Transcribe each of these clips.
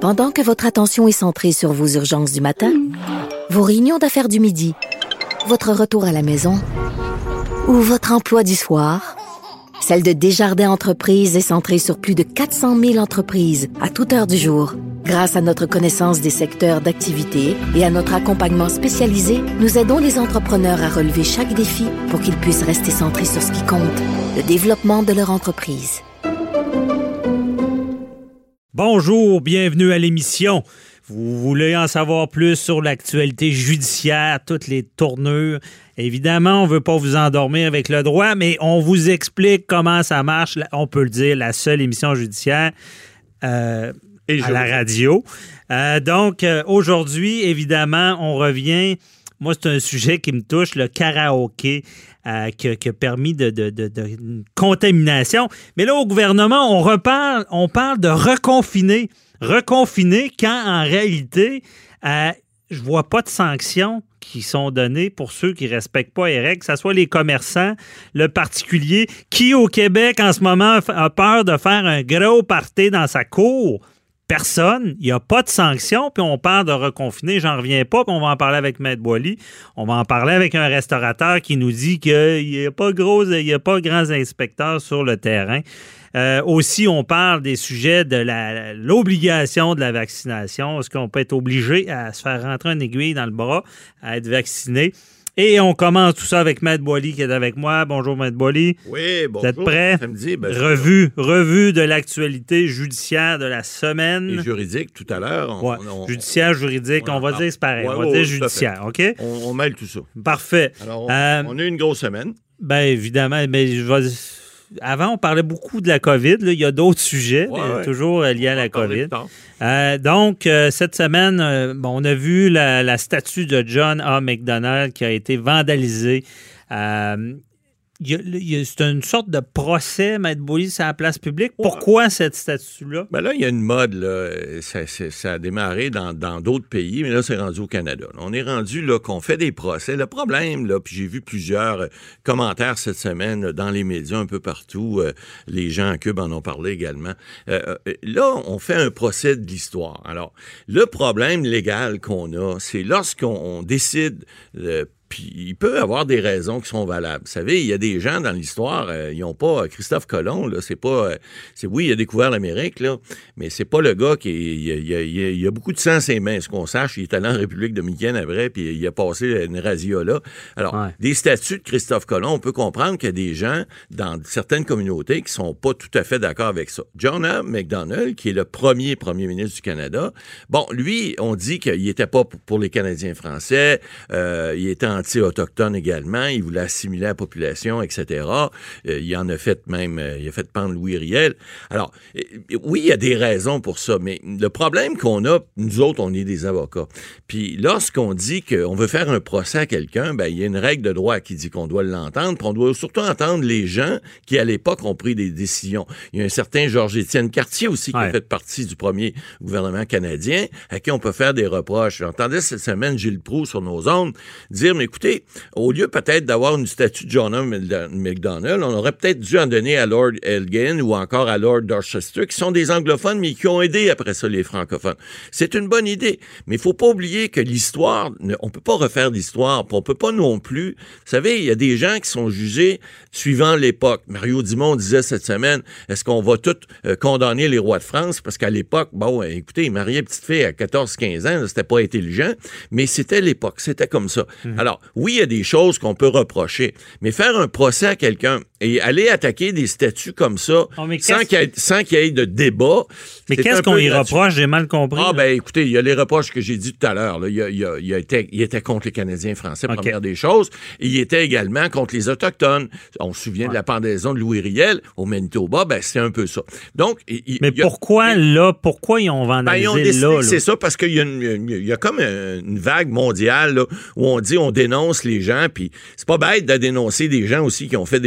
Pendant que votre attention est centrée sur vos urgences du matin, vos réunions d'affaires du midi, votre retour à la maison ou votre emploi du soir, celle de Desjardins Entreprises est centrée sur plus de 400 000 entreprises à toute heure du jour. Grâce à notre connaissance des secteurs d'activité et à notre accompagnement spécialisé, nous aidons les entrepreneurs à relever chaque défi pour qu'ils puissent rester centrés sur ce qui compte, le développement de leur entreprise. Bonjour, bienvenue à l'émission. Vous voulez en savoir plus sur l'actualité judiciaire, toutes les tournures. Évidemment, on ne veut pas vous endormir avec le droit, mais on vous explique comment ça marche. On peut le dire, la seule émission judiciaire à la radio. Donc, aujourd'hui, évidemment, on revient. Moi, c'est un sujet qui me touche, le karaoké, qui a permis de contamination. Mais là, au gouvernement, on parle de reconfiner. Reconfiner quand, en réalité, je vois pas de sanctions qui sont données pour ceux qui ne respectent pas les règles, que ce soit les commerçants, le particulier, qui, au Québec, en ce moment, a peur de faire un gros party dans sa cour. Personne, il n'y a pas de sanctions, puis on parle de reconfiner, j'en reviens pas, puis on va en parler avec Maître Boily. On va en parler avec un restaurateur qui nous dit qu'il n'y a pas grands inspecteurs sur le terrain. Aussi, on parle des sujets de l'obligation de la vaccination. Est-ce qu'on peut être obligé à se faire rentrer une aiguille dans le bras, à être vacciné? Et on commence tout ça avec Maître Boily qui est avec moi. Bonjour, Maître Boily. Oui, bonjour. Vous êtes prêt? Samedi, revue de l'actualité judiciaire de la semaine. Et juridique, tout à l'heure. Judiciaire, juridique, on va dire c'est pareil. On va dire judiciaire, OK? On mêle tout ça. Parfait. Alors, on a eu une grosse semaine. Bien, évidemment, mais avant, on parlait beaucoup de la COVID. Là. Il y a d'autres sujets, toujours liés à la COVID. Donc, cette semaine, on a vu la statue de John A. Macdonald qui a été vandalisée. C'est une sorte de procès, Maître Boily, sur la place publique. Pourquoi cette statue-là? Ben là, il y a une mode. Là. Ça a démarré dans d'autres pays, mais là, c'est rendu au Canada. On est rendu là qu'on fait des procès. Le problème, là, puis j'ai vu plusieurs commentaires cette semaine dans les médias un peu partout. Les gens en Cube en ont parlé également. Là, on fait un procès de l'histoire. Alors, le problème légal qu'on a, c'est lorsqu'on décide... Puis il peut y avoir des raisons qui sont valables. Vous savez, il y a des gens dans l'histoire, ils n'ont pas Christophe Colomb, là, oui, il a découvert l'Amérique, là, mais c'est pas le gars il a beaucoup de sang à ses mains, ce qu'on sache, il est allé en République dominicaine après, puis il a passé une razzia là. Alors, des statuts de Christophe Colomb, on peut comprendre qu'il y a des gens dans certaines communautés qui sont pas tout à fait d'accord avec ça. John A. Macdonald, qui est le premier ministre du Canada, bon, lui, on dit qu'il était pas pour les Canadiens français, il était anti-autochtone également, il voulait assimiler la population, etc. Il en a fait même, il a fait pendre Louis Riel. Alors, oui, il y a des raisons pour ça, mais le problème qu'on a, nous autres, on est des avocats. Puis lorsqu'on dit qu'on veut faire un procès à quelqu'un, ben il y a une règle de droit qui dit qu'on doit l'entendre, puis on doit surtout entendre les gens qui, à l'époque, ont pris des décisions. Il y a un certain Georges-Étienne Cartier aussi qui a fait partie du premier gouvernement canadien, à qui on peut faire des reproches. J'entendais cette semaine Gilles Proulx sur nos ondes dire, mais écoutez, au lieu peut-être d'avoir une statue de John A. Macdonald, on aurait peut-être dû en donner à Lord Elgin ou encore à Lord Dorchester, qui sont des anglophones, mais qui ont aidé après ça les francophones. C'est une bonne idée, mais il faut pas oublier que l'histoire, on peut pas refaire l'histoire, on peut pas non plus. Vous savez, il y a des gens qui sont jugés suivant l'époque. Mario Dumont disait cette semaine, est-ce qu'on va tous condamner les rois de France? Parce qu'à l'époque, bon, écoutez, il mariait une petite fille à 14-15 ans, là, c'était pas intelligent, mais c'était l'époque, c'était comme ça. Alors, oui, il y a des choses qu'on peut reprocher, mais faire un procès à quelqu'un et aller attaquer des statuts comme ça, sans qu'il y ait de débat... Mais qu'est-ce qu'on y reproche? J'ai mal compris. Ben écoutez, il y a les reproches que j'ai dit tout à l'heure. Là. Il était contre les Canadiens français, première des choses. Il était également contre les Autochtones. On se souvient de la pendaison de Louis Riel au Manitoba, ben c'est un peu ça. Donc, pourquoi ils ont vandalisé là? C'est ça, parce qu'il y a comme une vague mondiale là, où on dit on dénonce les gens, puis c'est pas bête de dénoncer des gens aussi qui ont fait des choses pas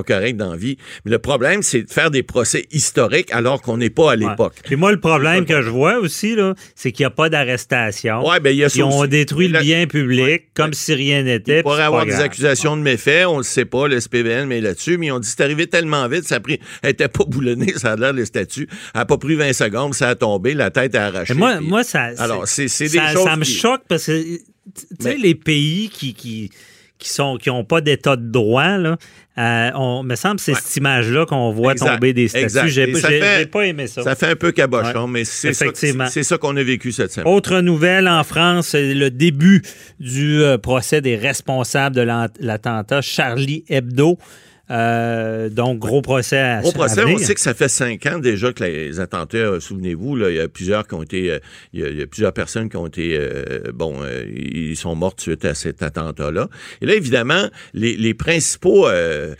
pas correct dans la vie. Mais le problème, c'est de faire des procès historiques alors qu'on n'est pas à l'époque. Puis moi, le problème que je vois aussi, là, c'est qu'il n'y a pas d'arrestation. Ouais, ben, il y a ça Ils ont aussi. détruit le bien public comme si rien n'était. Il pourrait avoir des accusations de méfaits, on le sait pas, le SPVN, mais là-dessus, mais ils ont dit c'est arrivé tellement vite, elle n'était pas boulonnée, ça a l'air le statut. Elle n'a pas pris 20 secondes, ça a tombé, la tête a arraché. Moi, ça, alors, c'est des ça, choses ça me choque parce que, tu sais, les pays qui n'ont pas d'état de droit, là, me semble que c'est cette image-là qu'on voit tomber des statuts. J'ai pas aimé ça. Ça fait un peu cabochon, mais c'est ça qu'on a vécu cette semaine. Autre nouvelle en France, c'est le début du procès des responsables de l'attentat Charlie Hebdo. Donc, gros procès à venir. On sait que ça fait 5 ans déjà que les attentats, souvenez-vous, là, il y a plusieurs qui ont été, il y a plusieurs personnes qui ont été, ils sont mortes suite à cet attentat-là. Et là, évidemment, les principales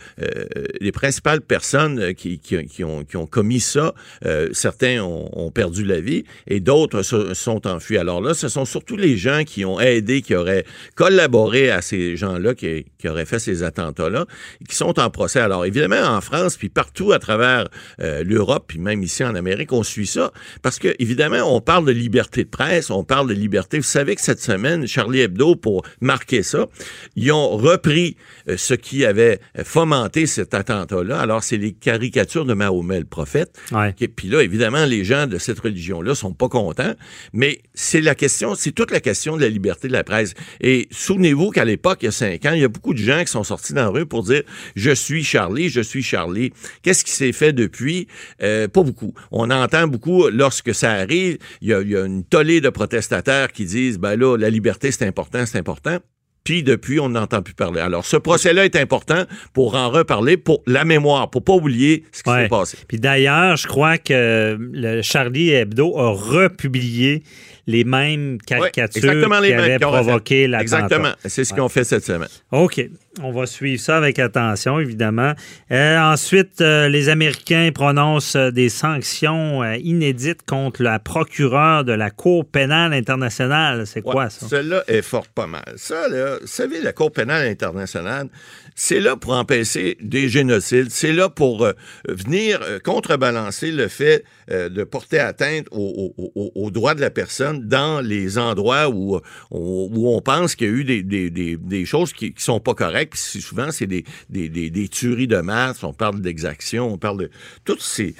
personnes qui ont commis ça, certains ont perdu la vie et d'autres se sont enfuis. Alors là, ce sont surtout les gens qui ont aidé, qui auraient collaboré à ces gens-là qui auraient fait ces attentats-là, qui sont en procès. Alors, évidemment, en France, puis partout à travers l'Europe, puis même ici en Amérique, on suit ça, parce que, évidemment, on parle de liberté de presse, on parle de liberté. Vous savez que cette semaine, Charlie Hebdo, pour marquer ça, ils ont repris ce qui avait fomenté cet attentat-là. Alors, c'est les caricatures de Mahomet, le prophète. Ouais. Puis là, évidemment, les gens de cette religion-là sont pas contents, mais c'est toute la question de la liberté de la presse. Et souvenez-vous qu'à l'époque, il y a 5 ans, il y a beaucoup de gens qui sont sortis dans la rue pour dire « Je suis Charlie, je suis Charlie ». Qu'est-ce qui s'est fait depuis? Pas beaucoup. On entend beaucoup, lorsque ça arrive, il y a une tollée de protestataires qui disent « Ben là, la liberté, c'est important, c'est important ». Puis depuis, on n'entend plus parler. Alors, ce procès-là est important pour en reparler, pour la mémoire, pour pas oublier ce qui s'est passé. Puis d'ailleurs, je crois que le Charlie Hebdo a republié les mêmes caricatures qui avaient provoqué l'attentat. Exactement. C'est ce qu'ils ont fait cette semaine. OK. On va suivre ça avec attention, évidemment. Ensuite, les Américains prononcent des sanctions inédites contre la procureure de la Cour pénale internationale. C'est quoi ça? Celle-là est fort pas mal. Ça, là, vous savez, la Cour pénale internationale, c'est là pour empêcher des génocides. C'est là pour venir contrebalancer le fait de porter atteinte aux droits de la personne dans les endroits où on pense qu'il y a eu des choses qui sont pas correctes. Puis souvent, c'est des tueries de masse. On parle d'exactions, on parle de tous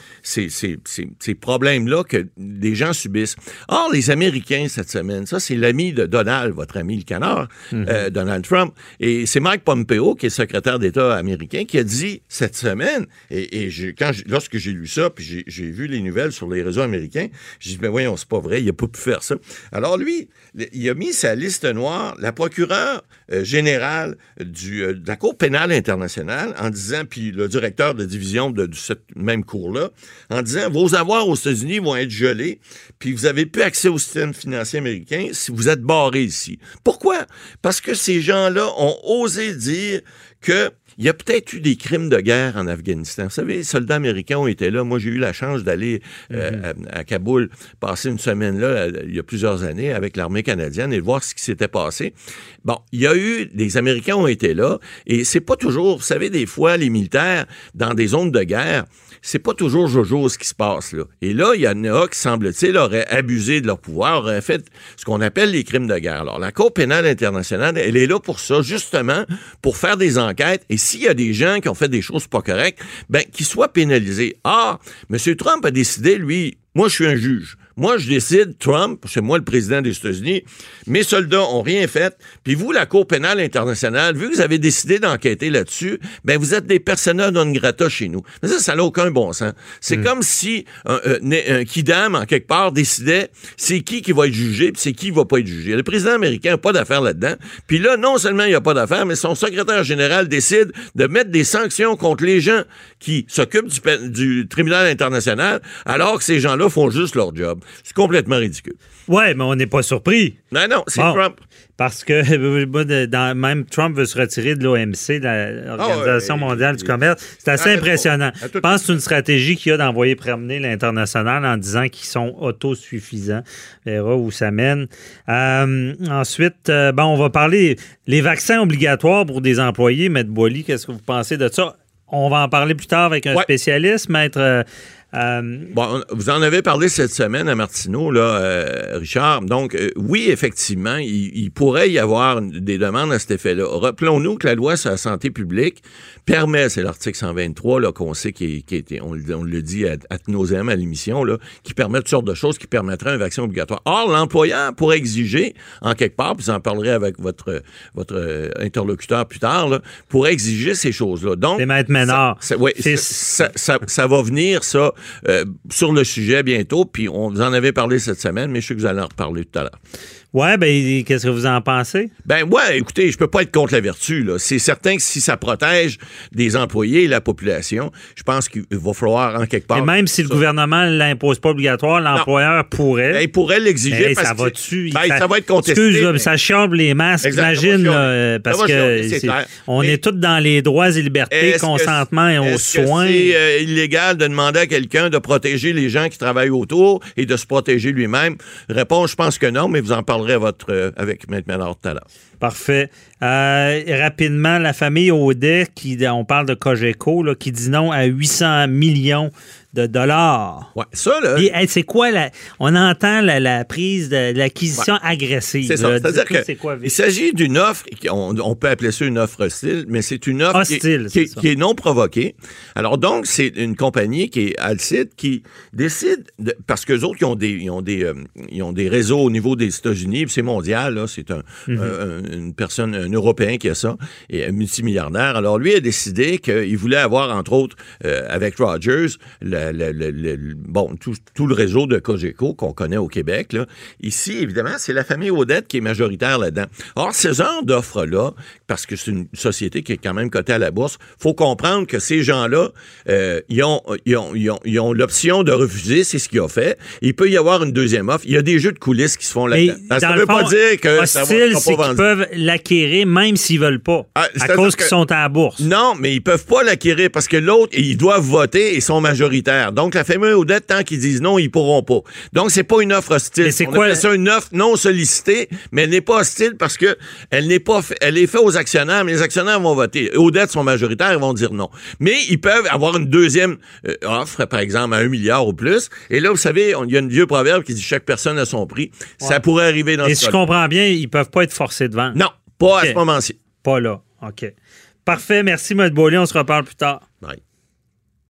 ces problèmes-là que des gens subissent. Or, les Américains, cette semaine, ça, c'est l'ami de Donald, votre ami le canard, Donald Trump. Et c'est Mike Pompeo, qui est le secrétaire d'État américain, qui a dit cette semaine, lorsque j'ai lu ça, puis j'ai vu les nouvelles sur les réseaux américains, j'ai dit, mais voyons, c'est pas vrai, il n'a pas pu faire ça. Alors lui, il a mis sa liste noire, la procureure générale de la Cour pénale internationale, en disant, puis le directeur de division de cette même cour-là, en disant, vos avoirs aux États-Unis vont être gelés, puis vous n'avez plus accès au système financier américain si vous êtes barré ici. Pourquoi? Parce que ces gens-là ont osé dire qu'il y a peut-être eu des crimes de guerre en Afghanistan. Vous savez, les soldats américains ont été là. Moi, j'ai eu la chance d'aller à Kaboul, passer une semaine là, il y a plusieurs années, avec l'armée canadienne et de voir ce qui s'était passé. Bon, il y a eu, les Américains ont été là, et c'est pas toujours, vous savez, des fois, les militaires, dans des zones de guerre, c'est pas toujours jojo ce qui se passe, là. Et là, il y en a qui, semble-t-il, auraient abusé de leur pouvoir, auraient fait ce qu'on appelle les crimes de guerre. Alors, la Cour pénale internationale, elle est là pour ça, justement, pour faire des enquêtes, et s'il y a des gens qui ont fait des choses pas correctes, ben, qu'ils soient pénalisés. Ah, M. Trump a décidé, lui, moi, je suis un juge. Moi, je décide, Trump, c'est moi le président des États-Unis, mes soldats ont rien fait, puis vous, la Cour pénale internationale, vu que vous avez décidé d'enquêter là-dessus, ben vous êtes des persona non grata chez nous. Mais ça n'a aucun bon sens. C'est comme si un kidam, en quelque part, décidait c'est qui va être jugé, puis c'est qui va pas être jugé. Le président américain n'a pas d'affaires là-dedans. Puis là, non seulement il n'y a pas d'affaires, mais son secrétaire général décide de mettre des sanctions contre les gens qui s'occupent du tribunal international, alors que ces gens-là font juste leur job. C'est complètement ridicule. Oui, mais on n'est pas surpris. Non, c'est Trump. Parce que même Trump veut se retirer de l'OMC, de l'Organisation mondiale du commerce. C'est assez impressionnant. Je pense que c'est une stratégie qu'il y a d'envoyer promener l'international en disant qu'ils sont autosuffisants. On verra où ça mène. Ensuite, on va parler des vaccins obligatoires pour des employés. Maître Boily, qu'est-ce que vous pensez de ça? On va en parler plus tard avec un spécialiste, maître... Bon, vous en avez parlé cette semaine à Martineau, là, Richard. Donc, oui, effectivement, il pourrait y avoir des demandes à cet effet-là. Rappelons-nous que la loi sur la santé publique permet, c'est l'article 123 là, qu'on sait qui était, on le dit ad nauseam à l'émission, là, qui permet toutes sortes de choses qui permettraient un vaccin obligatoire. Or, l'employeur pourrait exiger, en quelque part, puis vous en parlerez avec votre interlocuteur plus tard, là, pourrait exiger ces choses-là. Donc, c'est Maître Ménard. Ça va venir, ça, sur le sujet bientôt, puis on vous en avait parlé cette semaine, mais je sais que vous allez en reparler tout à l'heure. Ouais, ben qu'est-ce que vous en pensez? Ben ouais, écoutez, je peux pas être contre la vertu, là. C'est certain que si ça protège des employés et la population, je pense qu'il va falloir en quelque part... Et même si le gouvernement ne l'impose pas obligatoire, l'employeur pourrait... Ben, il pourrait l'exiger parce ça va que... dessus. ça va être contesté. Excuse, ça chambre les masques, imagine, parce que on est tous dans les droits et libertés, consentement et aux soins. C'est illégal de demander à quelqu'un de protéger les gens qui travaillent autour et de se protéger lui-même? Réponse, je pense que non, mais vous en parlerez avec Maître Ménard tout à l'heure. Parfait. Rapidement, la famille Audet, on parle de Cogeco, là, qui dit non à 800 millions de dollars. Ouais, ça, là... Et, c'est quoi, on entend la prise de l'acquisition agressive. C'est ça. C'est-à-dire qu'il s'agit d'une offre, on peut appeler ça une offre hostile, mais c'est une offre qui est non provoquée. Alors donc, c'est une compagnie qui est Alcide qui décide, parce qu'eux autres, ils ont des réseaux au niveau des États-Unis, puis c'est mondial, là, c'est une personne, un Européen qui a ça, et un multimilliardaire. Alors lui a décidé qu'il voulait avoir, entre autres, avec Rogers, tout le réseau de Cogeco qu'on connaît au Québec. Là. Ici, évidemment, c'est la famille Audet qui est majoritaire là-dedans. Or, ce genre d'offres-là, parce que c'est une société qui est quand même cotée à la bourse, faut comprendre que ces gens-là, ils ont l'option de refuser, c'est ce qu'ils ont fait. Il peut y avoir une deuxième offre. Il y a des jeux de coulisses qui se font là-dedans. Ça ne veut pas dire que ça va pas c'est qu'ils peuvent l'acquérir même s'ils veulent pas, à cause qu'ils sont à la bourse. Non, mais ils peuvent pas l'acquérir parce que l'autre, ils doivent voter et sont majoritaires. Donc, la famille Audet, tant qu'ils disent non, ils pourront pas. Donc, c'est pas une offre hostile. Mais c'est quoi? C'est une offre non sollicitée, mais elle n'est pas hostile parce que elle est faite aux actionnaires, mais les actionnaires vont voter. Audet sont majoritaires, ils vont dire non. Mais ils peuvent avoir une deuxième offre, par exemple, à 1 milliard ou plus. Et là, vous savez, il y a un vieux proverbe qui dit chaque personne a son prix. Ouais. Ça pourrait arriver dans ce cas. Et si je comprends bien, ils peuvent pas être forcés de vendre. Non, pas à ce moment-ci. Pas là. OK. Parfait. Merci, M. Beaulieu. On se reparle plus tard. Bye.